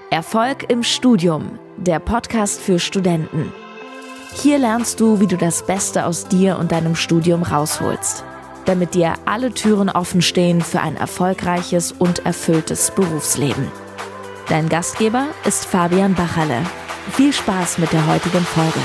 Erfolg im Studium, der Podcast für Studenten. Hier lernst du, wie du das Beste aus dir und deinem Studium rausholst, damit dir alle Türen offen stehen für ein erfolgreiches und erfülltes Berufsleben. Dein Gastgeber ist Fabian Bachalle. Viel Spaß mit der heutigen Folge.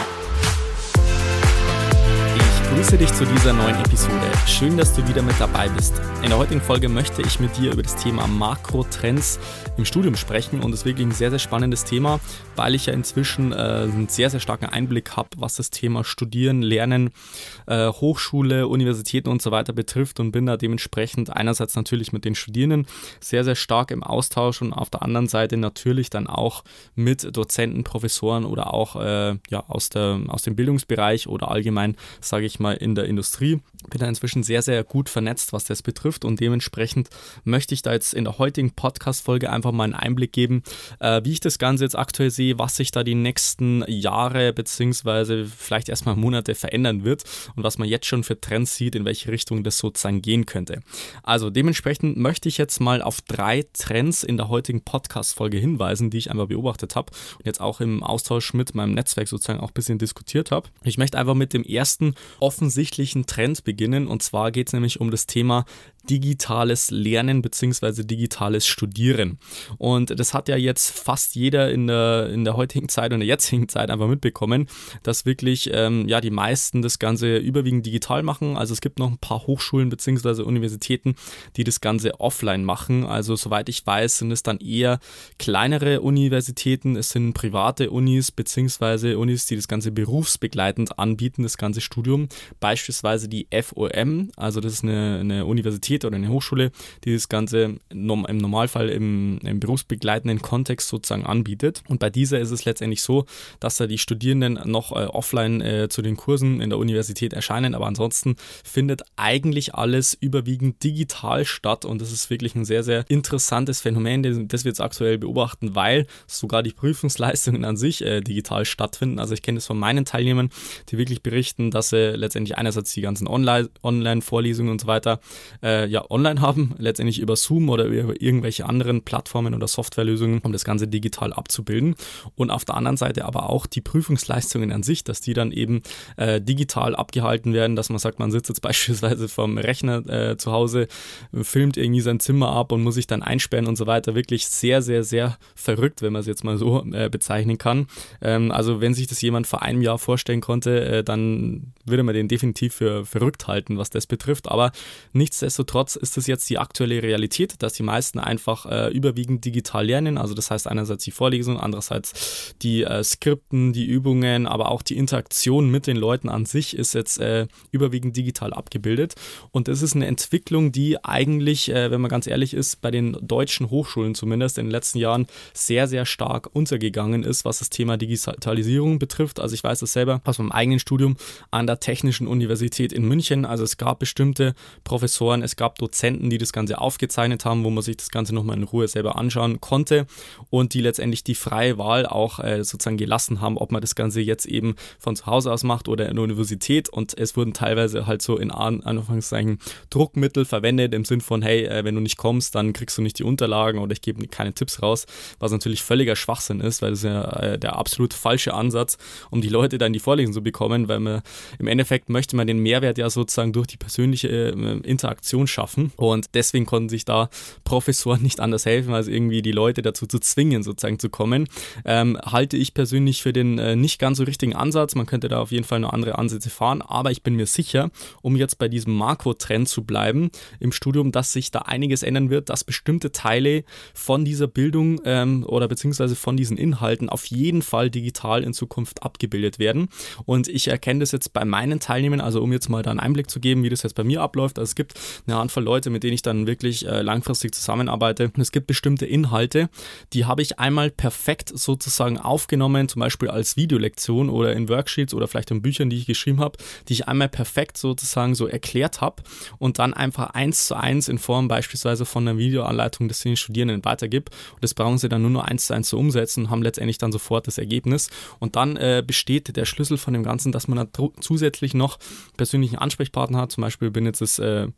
Ich grüße dich zu dieser neuen Episode. Schön, dass du wieder mit dabei bist. In der heutigen Folge möchte ich mit dir über das Thema Makrotrends im Studium sprechen und das ist wirklich ein sehr, sehr spannendes Thema, weil ich ja inzwischen einen sehr, sehr starken Einblick habe, was das Thema Studieren, Lernen, Hochschule, Universitäten und so weiter betrifft und bin da dementsprechend einerseits natürlich mit den Studierenden sehr, sehr stark im Austausch und auf der anderen Seite natürlich dann auch mit Dozenten, Professoren oder auch aus dem Bildungsbereich oder allgemein, sage ich mal, in der Industrie. Bin da inzwischen sehr, sehr gut vernetzt, was das betrifft und dementsprechend möchte ich da jetzt in der heutigen Podcast-Folge einfach mal einen Einblick geben, wie ich das Ganze jetzt aktuell sehe, was sich da die nächsten Jahre beziehungsweise vielleicht erstmal Monate verändern wird und was man jetzt schon für Trends sieht, in welche Richtung das sozusagen gehen könnte. Also dementsprechend möchte ich jetzt mal auf 3 Trends in der heutigen Podcast-Folge hinweisen, die ich einfach beobachtet habe und jetzt auch im Austausch mit meinem Netzwerk sozusagen auch ein bisschen diskutiert habe. Ich möchte einfach mit dem ersten offensichtlichen Trend beginnen und zwar geht es nämlich um das Thema digitales Lernen bzw. digitales Studieren. Und das hat ja jetzt fast jeder in der heutigen Zeit und der jetzigen Zeit einfach mitbekommen, dass wirklich die meisten das Ganze überwiegend digital machen. Also es gibt noch ein paar Hochschulen bzw. Universitäten, die das Ganze offline machen. Also soweit ich weiß, sind es dann eher kleinere Universitäten, es sind private Unis bzw. Unis, die das Ganze berufsbegleitend anbieten, das ganze Studium. Beispielsweise die FOM, also das ist eine Universität oder eine Hochschule, die das Ganze im Normalfall im berufsbegleitenden Kontext sozusagen anbietet. Und bei dieser ist es letztendlich so, dass da die Studierenden noch offline zu den Kursen in der Universität erscheinen, aber ansonsten findet eigentlich alles überwiegend digital statt und das ist wirklich ein sehr, sehr interessantes Phänomen, das wir jetzt aktuell beobachten, weil sogar die Prüfungsleistungen an sich digital stattfinden. Also ich kenne das von meinen Teilnehmern, die wirklich berichten, dass sie letztendlich einerseits die ganzen Online-Vorlesungen und so weiter online haben, letztendlich über Zoom oder über irgendwelche anderen Plattformen oder Softwarelösungen, um das Ganze digital abzubilden. Und auf der anderen Seite aber auch die Prüfungsleistungen an sich, dass die dann eben digital abgehalten werden, dass man sagt, man sitzt jetzt beispielsweise vom Rechner zu Hause, filmt irgendwie sein Zimmer ab und muss sich dann einsperren und so weiter. Wirklich sehr, sehr, sehr verrückt, wenn man es jetzt mal so bezeichnen kann. Also wenn sich das jemand vor einem Jahr vorstellen konnte, dann würde man den definitiv für verrückt halten, was das betrifft. Aber nichtsdestotrotz ist das jetzt die aktuelle Realität, dass die meisten einfach überwiegend digital lernen. Also das heißt einerseits die Vorlesung, andererseits die Skripten, die Übungen, aber auch die Interaktion mit den Leuten an sich ist jetzt überwiegend digital abgebildet. Und das ist eine Entwicklung, die eigentlich, wenn man ganz ehrlich ist, bei den deutschen Hochschulen zumindest in den letzten Jahren sehr, sehr stark untergegangen ist, was das Thema Digitalisierung betrifft. Also ich weiß das selber aus meinem eigenen Studium an der Technischen Universität in München. Also es gab bestimmte Professoren, es gab Dozenten, die das Ganze aufgezeichnet haben, wo man sich das Ganze nochmal in Ruhe selber anschauen konnte und die letztendlich die freie Wahl auch sozusagen gelassen haben, ob man das Ganze jetzt eben von zu Hause aus macht oder in der Universität und es wurden teilweise halt so in Anführungszeichen Druckmittel verwendet im Sinn von, hey, wenn du nicht kommst, dann kriegst du nicht die Unterlagen oder ich gebe keine Tipps raus, was natürlich völliger Schwachsinn ist, weil das ist ja der absolut falsche Ansatz, um die Leute dann in die Vorlesung zu bekommen, weil man im Endeffekt möchte man den Mehrwert ja sozusagen durch die persönliche Interaktion schaffen und deswegen konnten sich da Professoren nicht anders helfen, als irgendwie die Leute dazu zu zwingen, sozusagen zu kommen. Halte ich persönlich für den nicht ganz so richtigen Ansatz. Man könnte da auf jeden Fall noch andere Ansätze fahren, aber ich bin mir sicher, um jetzt bei diesem Makrotrend zu bleiben im Studium, dass sich da einiges ändern wird, dass bestimmte Teile von dieser Bildung oder beziehungsweise von diesen Inhalten auf jeden Fall digital in Zukunft abgebildet werden. Und ich erkenne das jetzt bei meinen Teilnehmern, also um jetzt mal da einen Einblick zu geben, wie das jetzt bei mir abläuft. Also es gibt eine Handvoll Leute, mit denen ich dann wirklich langfristig zusammenarbeite. Und es gibt bestimmte Inhalte, die habe ich einmal perfekt sozusagen aufgenommen, zum Beispiel als Videolektion oder in Worksheets oder vielleicht in Büchern, die ich geschrieben habe, die ich einmal perfekt sozusagen so erklärt habe und dann einfach 1:1 in Form beispielsweise von einer Videoanleitung des den Studierenden weitergebe. Und das brauchen sie dann nur noch 1:1 zu umsetzen und haben letztendlich dann sofort das Ergebnis. Und dann besteht der Schlüssel von dem Ganzen, dass man dann zusätzlich noch persönlichen Ansprechpartner hat. Zum Beispiel bin jetzt ich in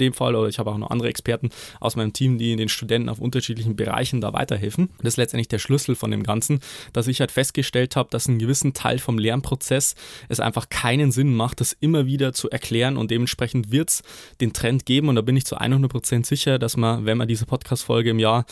dem Fall, oder ich habe auch noch andere Experten aus meinem Team, die den Studenten auf unterschiedlichen Bereichen da weiterhelfen. Das ist letztendlich der Schlüssel von dem Ganzen, dass ich halt festgestellt habe, dass einen gewissen Teil vom Lernprozess es einfach keinen Sinn macht, das immer wieder zu erklären, und dementsprechend wird es den Trend geben, und da bin ich zu 100% sicher, dass man, wenn man diese Podcast-Folge im Jahr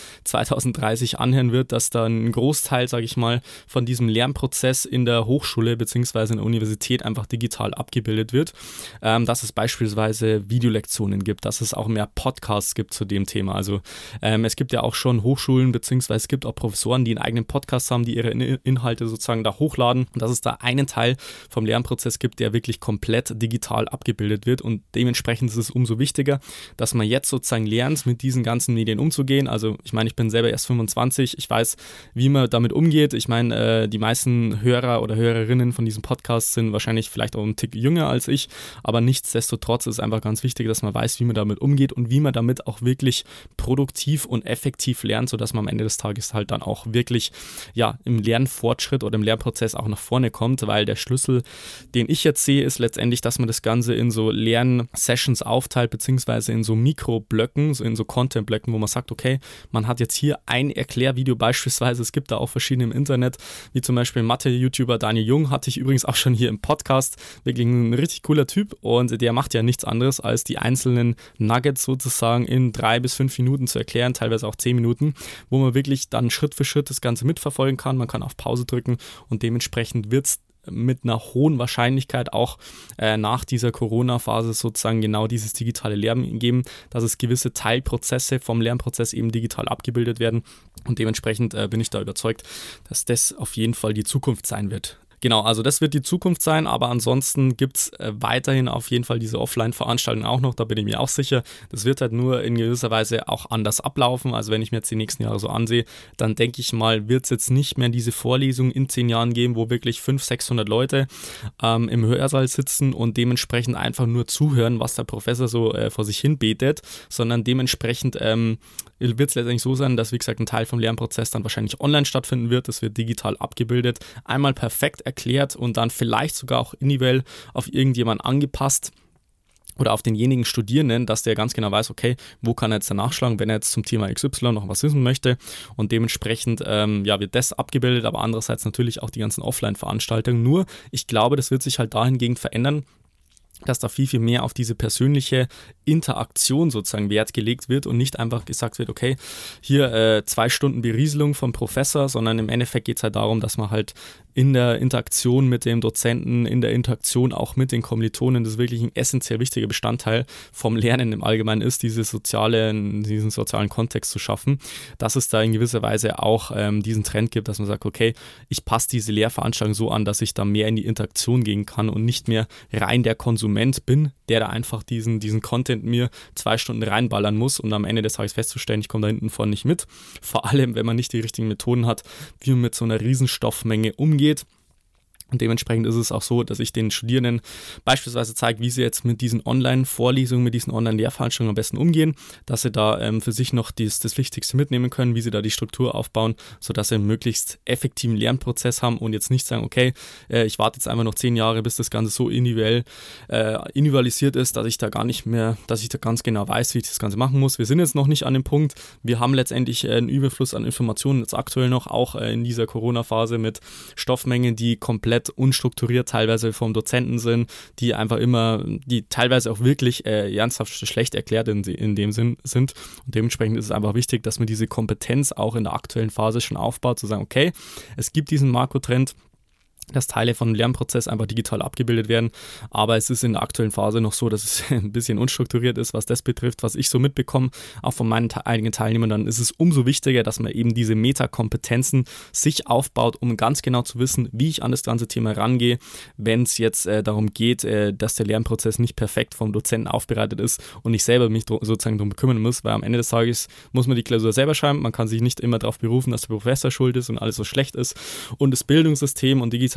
2030 anhören wird, dass da ein Großteil, sage ich mal, von diesem Lernprozess in der Hochschule bzw. in der Universität einfach digital abgebildet wird, dass es beispielsweise Videolektionen gibt, dass es auch mehr Podcasts gibt zu dem Thema. Also es gibt ja auch schon Hochschulen bzw. es gibt auch Professoren, die einen eigenen Podcast haben, die ihre Inhalte sozusagen da hochladen, und dass es da einen Teil vom Lernprozess gibt, der wirklich komplett digital abgebildet wird, und dementsprechend ist es umso wichtiger, dass man jetzt sozusagen lernt, mit diesen ganzen Medien umzugehen. Also ich meine, ich bin selber erst 25, ich weiß, wie man damit umgeht. Ich meine, die meisten Hörer oder Hörerinnen von diesem Podcast sind wahrscheinlich vielleicht auch einen Tick jünger als ich, aber nichtsdestotrotz ist es einfach ganz wichtig, dass man weiß, wie man damit umgeht und wie man damit auch wirklich produktiv und effektiv lernt, sodass man am Ende des Tages halt dann auch wirklich im Lernfortschritt oder im Lernprozess auch nach vorne kommt, weil der Schlüssel, den ich jetzt sehe, ist letztendlich, dass man das Ganze in so Lernsessions aufteilt, beziehungsweise in so Mikroblöcken, so in so Content-Blöcken, wo man sagt, okay, man hat jetzt hier ein Erklärvideo beispielsweise, es gibt da auch verschiedene im Internet, wie zum Beispiel Mathe-YouTuber Daniel Jung, hatte ich übrigens auch schon hier im Podcast, wirklich ein richtig cooler Typ, und der macht ja nichts anderes, als die einzelnen Nuggets sozusagen in 3 bis 5 Minuten zu erklären, teilweise auch 10 Minuten, wo man wirklich dann Schritt für Schritt das Ganze mitverfolgen kann, man kann auf Pause drücken, und dementsprechend wird es mit einer hohen Wahrscheinlichkeit auch nach dieser Corona-Phase sozusagen genau dieses digitale Lernen geben, dass es gewisse Teilprozesse vom Lernprozess eben digital abgebildet werden, und dementsprechend bin ich da überzeugt, dass das auf jeden Fall die Zukunft sein wird. Genau, also das wird die Zukunft sein, aber ansonsten gibt es weiterhin auf jeden Fall diese Offline-Veranstaltungen auch noch, da bin ich mir auch sicher. Das wird halt nur in gewisser Weise auch anders ablaufen. Also wenn ich mir jetzt die nächsten Jahre so ansehe, dann denke ich mal, wird es jetzt nicht mehr diese Vorlesungen in 10 Jahren geben, wo wirklich 500-600 Leute im Hörsaal sitzen und dementsprechend einfach nur zuhören, was der Professor so vor sich hin betet, sondern dementsprechend wird es letztendlich so sein, dass, wie gesagt, ein Teil vom Lernprozess dann wahrscheinlich online stattfinden wird. Das wird digital abgebildet, einmal perfekt erklärt und dann vielleicht sogar auch individuell auf irgendjemanden angepasst oder auf denjenigen Studierenden, dass der ganz genau weiß, okay, wo kann er jetzt danach schlagen, wenn er jetzt zum Thema XY noch was wissen möchte, und dementsprechend wird das abgebildet, aber andererseits natürlich auch die ganzen Offline-Veranstaltungen. Nur, ich glaube, das wird sich halt dahingehend verändern, dass da viel, viel mehr auf diese persönliche Interaktion sozusagen Wert gelegt wird und nicht einfach gesagt wird, okay, hier 2 Stunden Berieselung vom Professor, sondern im Endeffekt geht es halt darum, dass man halt in der Interaktion mit dem Dozenten, in der Interaktion auch mit den Kommilitonen, das wirklich ein essentiell wichtiger Bestandteil vom Lernen im Allgemeinen ist, diesen sozialen Kontext zu schaffen, dass es da in gewisser Weise auch diesen Trend gibt, dass man sagt, okay, ich passe diese Lehrveranstaltung so an, dass ich da mehr in die Interaktion gehen kann und nicht mehr rein der Konsument bin, der da einfach diesen Content mir 2 Stunden reinballern muss, und am Ende des Tages festzustellen, ich komme da hinten vorne nicht mit. Vor allem, wenn man nicht die richtigen Methoden hat, wie man mit so einer Riesenstoffmenge umgeht. Und dementsprechend ist es auch so, dass ich den Studierenden beispielsweise zeige, wie sie jetzt mit diesen Online-Vorlesungen, mit diesen Online-Lehrveranstaltungen am besten umgehen, dass sie da für sich noch das Wichtigste mitnehmen können, wie sie da die Struktur aufbauen, sodass sie einen möglichst effektiven Lernprozess haben und jetzt nicht sagen, okay, ich warte jetzt einfach noch 10 Jahre, bis das Ganze so individualisiert ist, dass ich da ganz genau weiß, wie ich das Ganze machen muss. Wir sind jetzt noch nicht an dem Punkt. Wir haben letztendlich einen Überfluss an Informationen jetzt aktuell noch, auch in dieser Corona-Phase mit Stoffmengen, die komplett unstrukturiert teilweise vom Dozenten sind, die teilweise auch wirklich ernsthaft schlecht erklärt in dem Sinn sind. Und dementsprechend ist es einfach wichtig, dass man diese Kompetenz auch in der aktuellen Phase schon aufbaut, zu sagen, okay, es gibt diesen Makrotrend, dass Teile vom Lernprozess einfach digital abgebildet werden, aber es ist in der aktuellen Phase noch so, dass es ein bisschen unstrukturiert ist, was das betrifft, was ich so mitbekomme, auch von meinen einigen Teilnehmern. Dann ist es umso wichtiger, dass man eben diese Metakompetenzen sich aufbaut, um ganz genau zu wissen, wie ich an das ganze Thema rangehe, wenn es jetzt darum geht, dass der Lernprozess nicht perfekt vom Dozenten aufbereitet ist und ich selber mich sozusagen darum kümmern muss, weil am Ende des Tages muss man die Klausur selber schreiben, man kann sich nicht immer darauf berufen, dass der Professor schuld ist und alles so schlecht ist, und das Bildungssystem und Digitalisierung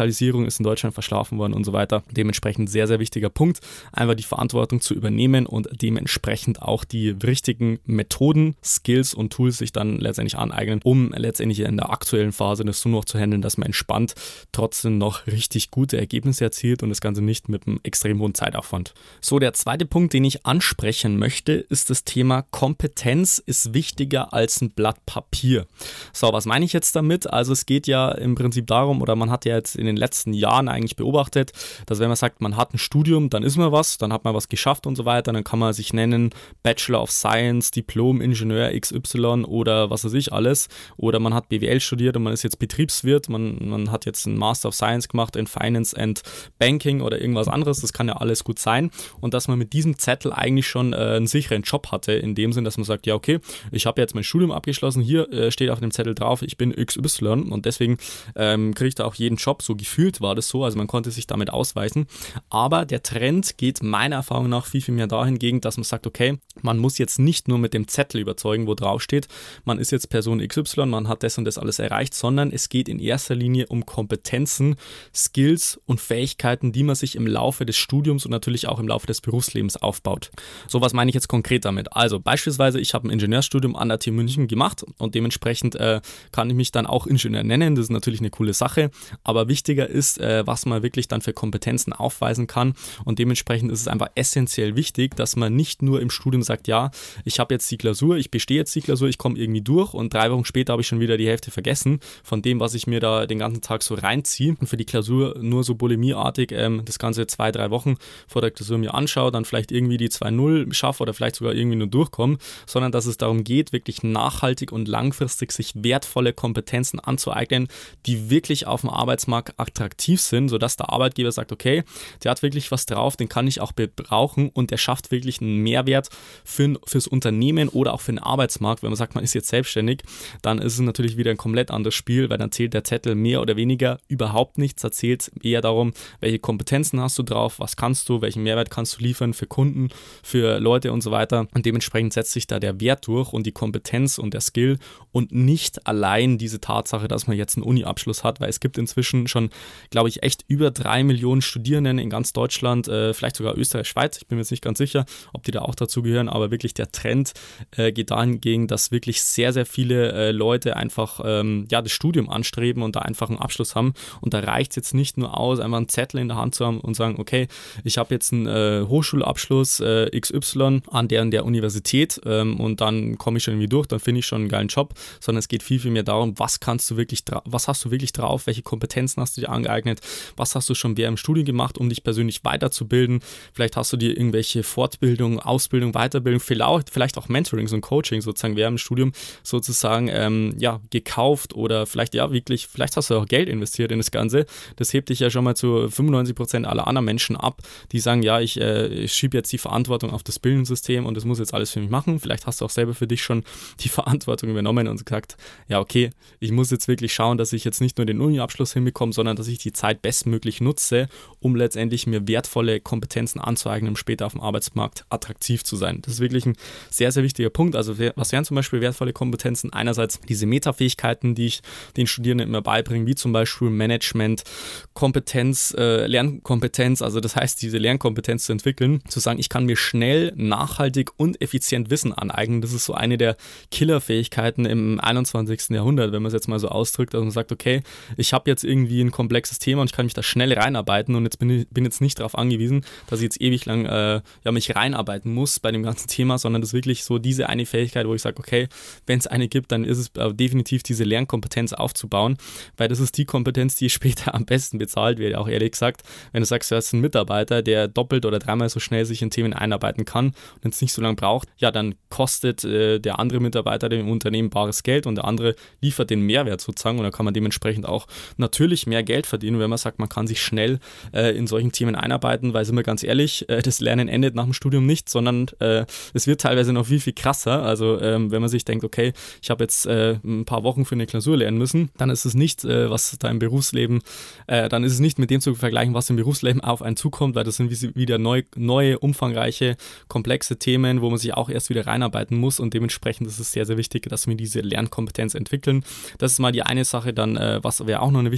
Digitalisierung ist in Deutschland verschlafen worden und so weiter. Dementsprechend sehr, sehr wichtiger Punkt, einfach die Verantwortung zu übernehmen und dementsprechend auch die richtigen Methoden, Skills und Tools sich dann letztendlich aneignen, um letztendlich in der aktuellen Phase das so noch zu handeln, dass man entspannt trotzdem noch richtig gute Ergebnisse erzielt und das Ganze nicht mit einem extrem hohen Zeitaufwand. So, der zweite Punkt, den ich ansprechen möchte, ist das Thema Kompetenz ist wichtiger als ein Blatt Papier. So, was meine ich jetzt damit? Also es geht ja im Prinzip darum, oder man hat ja jetzt in den letzten Jahren eigentlich beobachtet, dass wenn man sagt, man hat ein Studium, dann ist man was, dann hat man was geschafft und so weiter, dann kann man sich nennen Bachelor of Science, Diplom-Ingenieur XY oder was weiß ich alles, oder man hat BWL studiert und man ist jetzt Betriebswirt, man hat jetzt einen Master of Science gemacht in Finance and Banking oder irgendwas anderes, das kann ja alles gut sein und dass man mit diesem Zettel eigentlich schon einen sicheren Job hatte, in dem Sinn, dass man sagt, ja okay, ich habe jetzt mein Studium abgeschlossen, hier steht auf dem Zettel drauf, ich bin XY und deswegen kriege ich da auch jeden Job, so gefühlt war das so, also man konnte sich damit ausweisen, aber der Trend geht meiner Erfahrung nach viel, viel mehr dahingegen, dass man sagt, okay, man muss jetzt nicht nur mit dem Zettel überzeugen, wo drauf steht, man ist jetzt Person XY, man hat das und das alles erreicht, sondern es geht in erster Linie um Kompetenzen, Skills und Fähigkeiten, die man sich im Laufe des Studiums und natürlich auch im Laufe des Berufslebens aufbaut. So, was meine ich jetzt konkret damit? Also beispielsweise, ich habe ein Ingenieurstudium an der TU München gemacht und dementsprechend kann ich mich dann auch Ingenieur nennen, das ist natürlich eine coole Sache, aber wichtiger ist, was man wirklich dann für Kompetenzen aufweisen kann und dementsprechend ist es einfach essentiell wichtig, dass man nicht nur im Studium sagt, ja, ich habe jetzt die Klausur, ich bestehe jetzt die Klausur, ich komme irgendwie durch und 3 Wochen später habe ich schon wieder die Hälfte vergessen von dem, was ich mir da den ganzen Tag so reinziehe und für die Klausur nur so bulimieartig das Ganze 2-3 Wochen vor der Klausur mir anschaue, dann vielleicht irgendwie die 2.0 schaffe oder vielleicht sogar irgendwie nur durchkomme, sondern dass es darum geht, wirklich nachhaltig und langfristig sich wertvolle Kompetenzen anzueignen, die wirklich auf dem Arbeitsmarkt attraktiv sind, sodass der Arbeitgeber sagt, okay, der hat wirklich was drauf, den kann ich auch brauchen und der schafft wirklich einen Mehrwert fürs Unternehmen oder auch für den Arbeitsmarkt. Wenn man sagt, man ist jetzt selbstständig, dann ist es natürlich wieder ein komplett anderes Spiel, weil dann zählt der Zettel mehr oder weniger überhaupt nichts. Da zählt eher darum, welche Kompetenzen hast du drauf, was kannst du, welchen Mehrwert kannst du liefern für Kunden, für Leute und so weiter. Und dementsprechend setzt sich da der Wert durch und die Kompetenz und der Skill und nicht allein diese Tatsache, dass man jetzt einen Uni-Abschluss hat, weil es gibt inzwischen schon, glaube ich, echt über 3 Millionen Studierenden in ganz Deutschland, vielleicht sogar Österreich, Schweiz, ich bin mir jetzt nicht ganz sicher, ob die da auch dazu gehören, aber wirklich der Trend geht dahingegen, dass wirklich sehr, sehr viele Leute einfach das Studium anstreben und da einfach einen Abschluss haben und da reicht es jetzt nicht nur aus, einfach einen Zettel in der Hand zu haben und sagen, okay, ich habe jetzt einen Hochschulabschluss XY an der und der Universität und dann komme ich schon irgendwie durch, dann finde ich schon einen geilen Job, sondern es geht viel, viel mehr darum, was hast du wirklich drauf, welche Kompetenzen hast du dir angeeignet, was hast du schon während im Studium gemacht, um dich persönlich weiterzubilden, vielleicht hast du dir irgendwelche Fortbildung, Ausbildung, Weiterbildung, vielleicht auch Mentorings und Coaching sozusagen während im Studium sozusagen gekauft oder vielleicht hast du auch Geld investiert in das Ganze, das hebt dich ja schon mal zu 95% aller anderen Menschen ab, die sagen, ja, ich schiebe jetzt die Verantwortung auf das Bildungssystem und das muss jetzt alles für mich machen, vielleicht hast du auch selber für dich schon die Verantwortung übernommen und gesagt, ja okay, ich muss jetzt wirklich schauen, dass ich jetzt nicht nur den Uni-Abschluss hinbekomme, sondern dass ich die Zeit bestmöglich nutze, um letztendlich mir wertvolle Kompetenzen anzueignen, um später auf dem Arbeitsmarkt attraktiv zu sein. Das ist wirklich ein sehr, sehr wichtiger Punkt. Also was wären zum Beispiel wertvolle Kompetenzen? Einerseits diese Metafähigkeiten, die ich den Studierenden immer beibringe, wie zum Beispiel Management, Kompetenz, Lernkompetenz, also das heißt, diese Lernkompetenz zu entwickeln, zu sagen, ich kann mir schnell, nachhaltig und effizient Wissen aneignen. Das ist so eine der Killerfähigkeiten im 21. Jahrhundert, wenn man es jetzt mal so ausdrückt, dass man sagt, okay, ich habe jetzt irgendwie ein komplexes Thema und ich kann mich da schnell reinarbeiten und jetzt bin jetzt nicht darauf angewiesen, dass ich jetzt ewig lang mich reinarbeiten muss bei dem ganzen Thema, sondern das ist wirklich so diese eine Fähigkeit, wo ich sage, okay, wenn es eine gibt, dann ist es definitiv diese Lernkompetenz aufzubauen, weil das ist die Kompetenz, die später am besten bezahlt wird, auch ehrlich gesagt. Wenn du sagst, du hast einen Mitarbeiter, der doppelt oder dreimal so schnell sich in Themen einarbeiten kann und es nicht so lange braucht, ja, dann kostet der andere Mitarbeiter dem Unternehmen bares Geld und der andere liefert den Mehrwert sozusagen und da kann man dementsprechend auch natürlich mehr Geld verdienen, wenn man sagt, man kann sich schnell in solchen Themen einarbeiten, weil, sind wir ganz ehrlich, das Lernen endet nach dem Studium nicht, sondern es wird teilweise noch viel, viel krasser. Also wenn man sich denkt, okay, ich habe jetzt ein paar Wochen für eine Klausur lernen müssen, dann ist es nicht, was da im Berufsleben, dann ist es nicht mit dem zu vergleichen, was im Berufsleben auf einen zukommt, weil das sind wieder neue, umfangreiche, komplexe Themen, wo man sich auch erst wieder reinarbeiten muss und dementsprechend ist es sehr, sehr wichtig, dass wir diese Lernkompetenz entwickeln. Das ist mal die eine Sache. Dann, was wäre auch noch eine wichtige Kompetenz,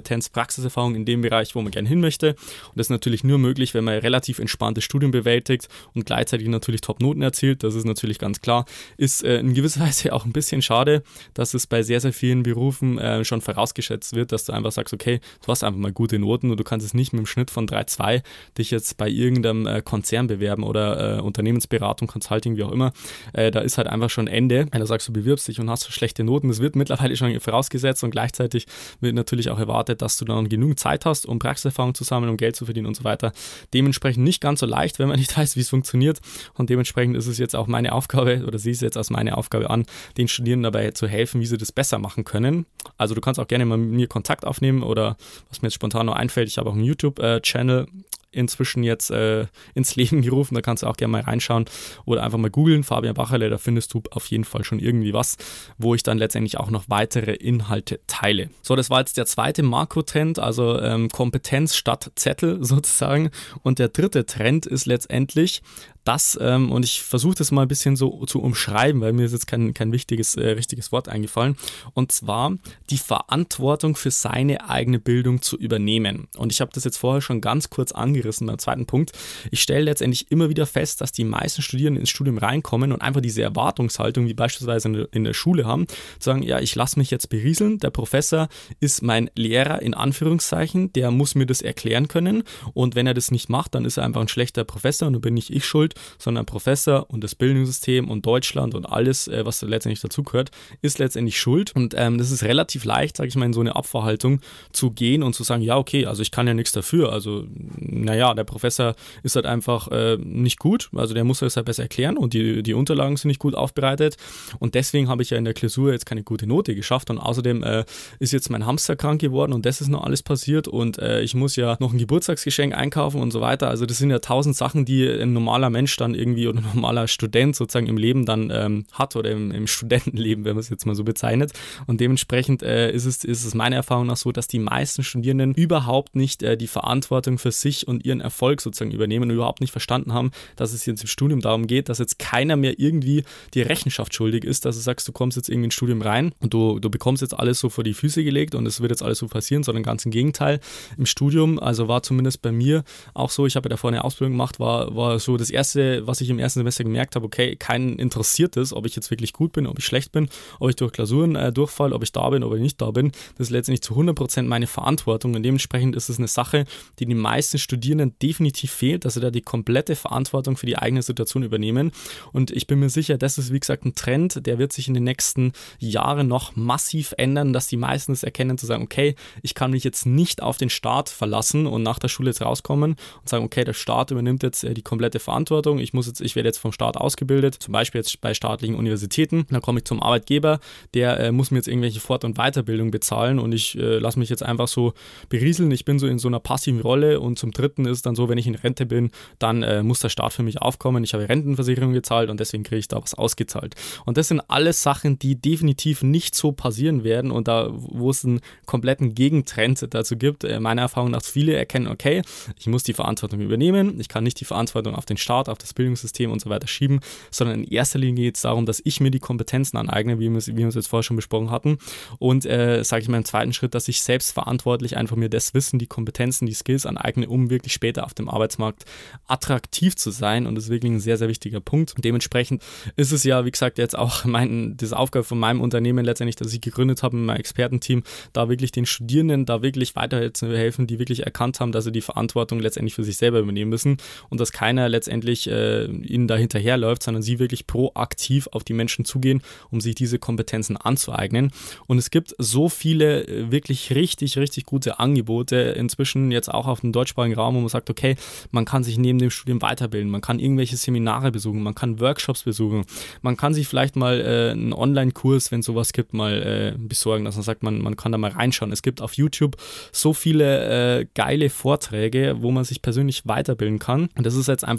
Kompetenz, Praxiserfahrung in dem Bereich, wo man gerne hin möchte. Und das ist natürlich nur möglich, wenn man relativ entspanntes Studium bewältigt und gleichzeitig natürlich Top-Noten erzielt. Das ist natürlich ganz klar. Ist in gewisser Weise auch ein bisschen schade, dass es bei sehr, sehr vielen Berufen schon vorausgeschätzt wird, dass du einfach sagst, okay, du hast einfach mal gute Noten und du kannst es nicht mit dem Schnitt von 3,2 dich jetzt bei irgendeinem Konzern bewerben oder Unternehmensberatung, Consulting, wie auch immer. Da ist halt einfach schon Ende. Wenn du sagst, du bewirbst dich und hast schlechte Noten, das wird mittlerweile schon vorausgesetzt und gleichzeitig wird natürlich auch erwartet, dass du dann genügend Zeit hast, um Praxiserfahrung zu sammeln, um Geld zu verdienen und so weiter. Dementsprechend nicht ganz so leicht, wenn man nicht weiß, wie es funktioniert, und dementsprechend ist es jetzt auch meine Aufgabe, oder sehe ich es jetzt als meine Aufgabe an, den Studierenden dabei zu helfen, wie sie das besser machen können. Also du kannst auch gerne mal mit mir Kontakt aufnehmen, oder was mir jetzt spontan noch einfällt, ich habe auch einen YouTube-Channel inzwischen jetzt ins Leben gerufen, da kannst du auch gerne mal reinschauen oder einfach mal googeln, Fabian Bacherle, da findest du auf jeden Fall schon irgendwie was, wo ich dann letztendlich auch noch weitere Inhalte teile. So, das war jetzt der zweite Makrotrend, also Kompetenz statt Zettel sozusagen, und der dritte Trend ist letztendlich das, und ich versuche das mal ein bisschen so zu umschreiben, weil mir ist jetzt kein richtiges Wort eingefallen, und zwar die Verantwortung für seine eigene Bildung zu übernehmen. Und ich habe das jetzt vorher schon ganz kurz angerissen beim zweiten Punkt. Ich stelle letztendlich immer wieder fest, dass die meisten Studierenden ins Studium reinkommen und einfach diese Erwartungshaltung, wie beispielsweise in der Schule haben, zu sagen, ja, ich lasse mich jetzt berieseln, der Professor ist mein Lehrer in Anführungszeichen, der muss mir das erklären können, und wenn er das nicht macht, dann ist er einfach ein schlechter Professor und dann bin nicht ich schuld, sondern Professor und das Bildungssystem und Deutschland und alles, was letztendlich dazugehört, ist letztendlich schuld. Und das ist relativ leicht, sage ich mal, in so eine Abwehrhaltung zu gehen und zu sagen, ja, okay, also ich kann ja nichts dafür, also naja, der Professor ist halt einfach nicht gut, also der muss das halt besser erklären und die Unterlagen sind nicht gut aufbereitet, und deswegen habe ich ja in der Klausur jetzt keine gute Note geschafft, und außerdem ist jetzt mein Hamster krank geworden und das ist noch alles passiert, und ich muss ja noch ein Geburtstagsgeschenk einkaufen und so weiter. Also das sind ja 1000 Sachen, die ein normaler Mensch dann irgendwie oder ein normaler Student sozusagen im Leben dann hat, oder im Studentenleben, wenn man es jetzt mal so bezeichnet. Und dementsprechend ist es meiner Erfahrung nach so, dass die meisten Studierenden überhaupt nicht die Verantwortung für sich und ihren Erfolg sozusagen übernehmen und überhaupt nicht verstanden haben, dass es jetzt im Studium darum geht, dass jetzt keiner mehr irgendwie die Rechenschaft schuldig ist, dass du sagst, du kommst jetzt irgendwie ins Studium rein und du bekommst jetzt alles so vor die Füße gelegt und es wird jetzt alles so passieren, sondern ganz im Gegenteil. Im Studium, also war zumindest bei mir auch so, ich habe ja davor eine Ausbildung gemacht, war so das Erste, was ich im ersten Semester gemerkt habe, okay, keinen interessiert es, ob ich jetzt wirklich gut bin, ob ich schlecht bin, ob ich durch Klausuren durchfalle, ob ich da bin, ob ich nicht da bin. Das ist letztendlich zu 100% meine Verantwortung, und dementsprechend ist es eine Sache, die den meisten Studierenden definitiv fehlt, dass sie da die komplette Verantwortung für die eigene Situation übernehmen, und ich bin mir sicher, das ist wie gesagt ein Trend, der wird sich in den nächsten Jahren noch massiv ändern, dass die meisten es erkennen, zu sagen, okay, ich kann mich jetzt nicht auf den Staat verlassen und nach der Schule jetzt rauskommen und sagen, okay, der Staat übernimmt jetzt die komplette Verantwortung, ich werde jetzt vom Staat ausgebildet, zum Beispiel jetzt bei staatlichen Universitäten, dann komme ich zum Arbeitgeber, der muss mir jetzt irgendwelche Fort- und Weiterbildung bezahlen und ich lasse mich jetzt einfach so berieseln, ich bin so in so einer passiven Rolle, und zum Dritten ist dann so, wenn ich in Rente bin, dann muss der Staat für mich aufkommen, ich habe Rentenversicherung gezahlt und deswegen kriege ich da was ausgezahlt. Und das sind alles Sachen, die definitiv nicht so passieren werden, und da, wo es einen kompletten Gegentrend dazu gibt, meiner Erfahrung nach, viele erkennen, okay, ich muss die Verantwortung übernehmen, ich kann nicht die Verantwortung auf den Staat, auf das Bildungssystem und so weiter schieben, sondern in erster Linie geht es darum, dass ich mir die Kompetenzen aneigne, wie wir es jetzt vorher schon besprochen hatten, und sage ich mal im zweiten Schritt, dass ich selbstverantwortlich einfach mir das Wissen, die Kompetenzen, die Skills aneigne, um wirklich später auf dem Arbeitsmarkt attraktiv zu sein, und das ist wirklich ein sehr, sehr wichtiger Punkt. Und dementsprechend ist es ja, wie gesagt, jetzt auch diese Aufgabe von meinem Unternehmen letztendlich, dass ich gegründet habe mit meinem Expertenteam, da wirklich den Studierenden da wirklich weiterhelfen, die wirklich erkannt haben, dass sie die Verantwortung letztendlich für sich selber übernehmen müssen und dass keiner letztendlich ihnen da hinterherläuft, sondern sie wirklich proaktiv auf die Menschen zugehen, um sich diese Kompetenzen anzueignen. Und es gibt so viele wirklich richtig, richtig gute Angebote inzwischen jetzt auch auf dem deutschsprachigen Raum, wo man sagt, okay, man kann sich neben dem Studium weiterbilden, man kann irgendwelche Seminare besuchen, man kann Workshops besuchen, man kann sich vielleicht mal einen Online-Kurs, wenn es sowas gibt, mal besorgen, dass man sagt, man kann da mal reinschauen. Es gibt auf YouTube so viele geile Vorträge, wo man sich persönlich weiterbilden kann. Und das ist jetzt einfach die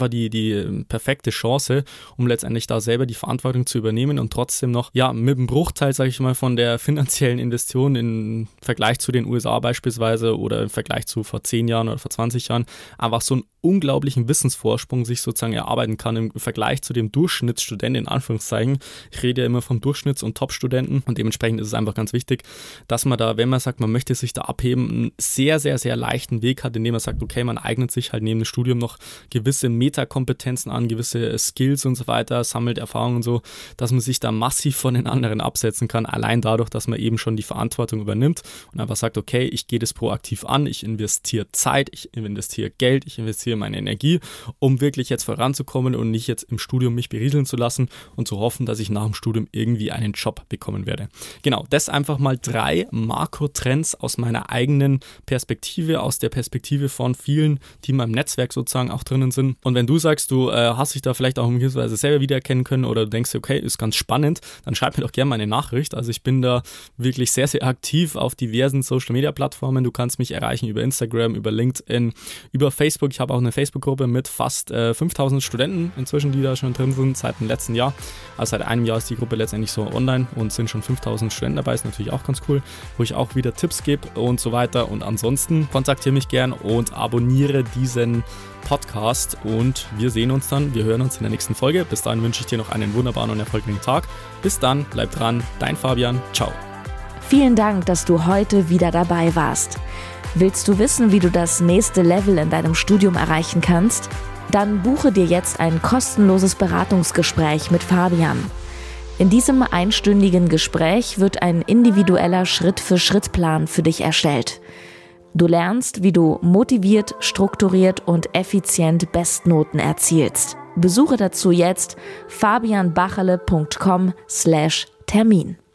die perfekte Chance, um letztendlich da selber die Verantwortung zu übernehmen und trotzdem noch, mit einem Bruchteil, sage ich mal, von der finanziellen Investition im Vergleich zu den USA beispielsweise oder im Vergleich zu vor 10 Jahren oder vor 20 Jahren, einfach so einen unglaublichen Wissensvorsprung sich sozusagen erarbeiten kann im Vergleich zu dem Durchschnittsstudenten, in Anführungszeichen. Ich rede ja immer vom Durchschnitts- und Top-Studenten und dementsprechend ist es einfach ganz wichtig, dass man da, wenn man sagt, man möchte sich da abheben, einen sehr, sehr, sehr leichten Weg hat, indem man sagt, okay, man eignet sich halt neben dem Studium noch gewisse Metakompetenzen an, gewisse Skills und so weiter, sammelt Erfahrungen und so, dass man sich da massiv von den anderen absetzen kann, allein dadurch, dass man eben schon die Verantwortung übernimmt und einfach sagt, okay, ich gehe das proaktiv an, ich investiere Zeit, ich investiere Geld, ich investiere meine Energie, um wirklich jetzt voranzukommen und nicht jetzt im Studium mich berieseln zu lassen und zu hoffen, dass ich nach dem Studium irgendwie einen Job bekommen werde. Genau, das einfach mal 3 Makrotrends aus meiner eigenen Perspektive, aus der Perspektive von vielen, die in meinem Netzwerk sozusagen auch drinnen sind. Und wenn du sagst, du hast dich da vielleicht auch in gewisser Weise selber wiedererkennen können oder du denkst, okay, ist ganz spannend, dann schreib mir doch gerne mal eine Nachricht. Also ich bin da wirklich sehr, sehr aktiv auf diversen Social-Media-Plattformen. Du kannst mich erreichen über Instagram, über LinkedIn, über Facebook. Ich habe auch eine Facebook-Gruppe mit fast 5000 Studenten inzwischen, die da schon drin sind, seit dem letzten Jahr. Also seit einem Jahr ist die Gruppe letztendlich so online und sind schon 5000 Studenten dabei, ist natürlich auch ganz cool, wo ich auch wieder Tipps gebe und so weiter. Und ansonsten kontaktiere mich gern und abonniere diesen Podcast und wir sehen uns dann, wir hören uns in der nächsten Folge. Bis dahin wünsche ich dir noch einen wunderbaren und erfolgreichen Tag. Bis dann, bleib dran, dein Fabian, ciao. Vielen Dank, dass du heute wieder dabei warst. Willst du wissen, wie du das nächste Level in deinem Studium erreichen kannst? Dann buche dir jetzt ein kostenloses Beratungsgespräch mit Fabian. In diesem einstündigen Gespräch wird ein individueller Schritt-für-Schritt-Plan für dich erstellt. Du lernst, wie du motiviert, strukturiert und effizient Bestnoten erzielst. Besuche dazu jetzt fabianbacherle.com/Termin.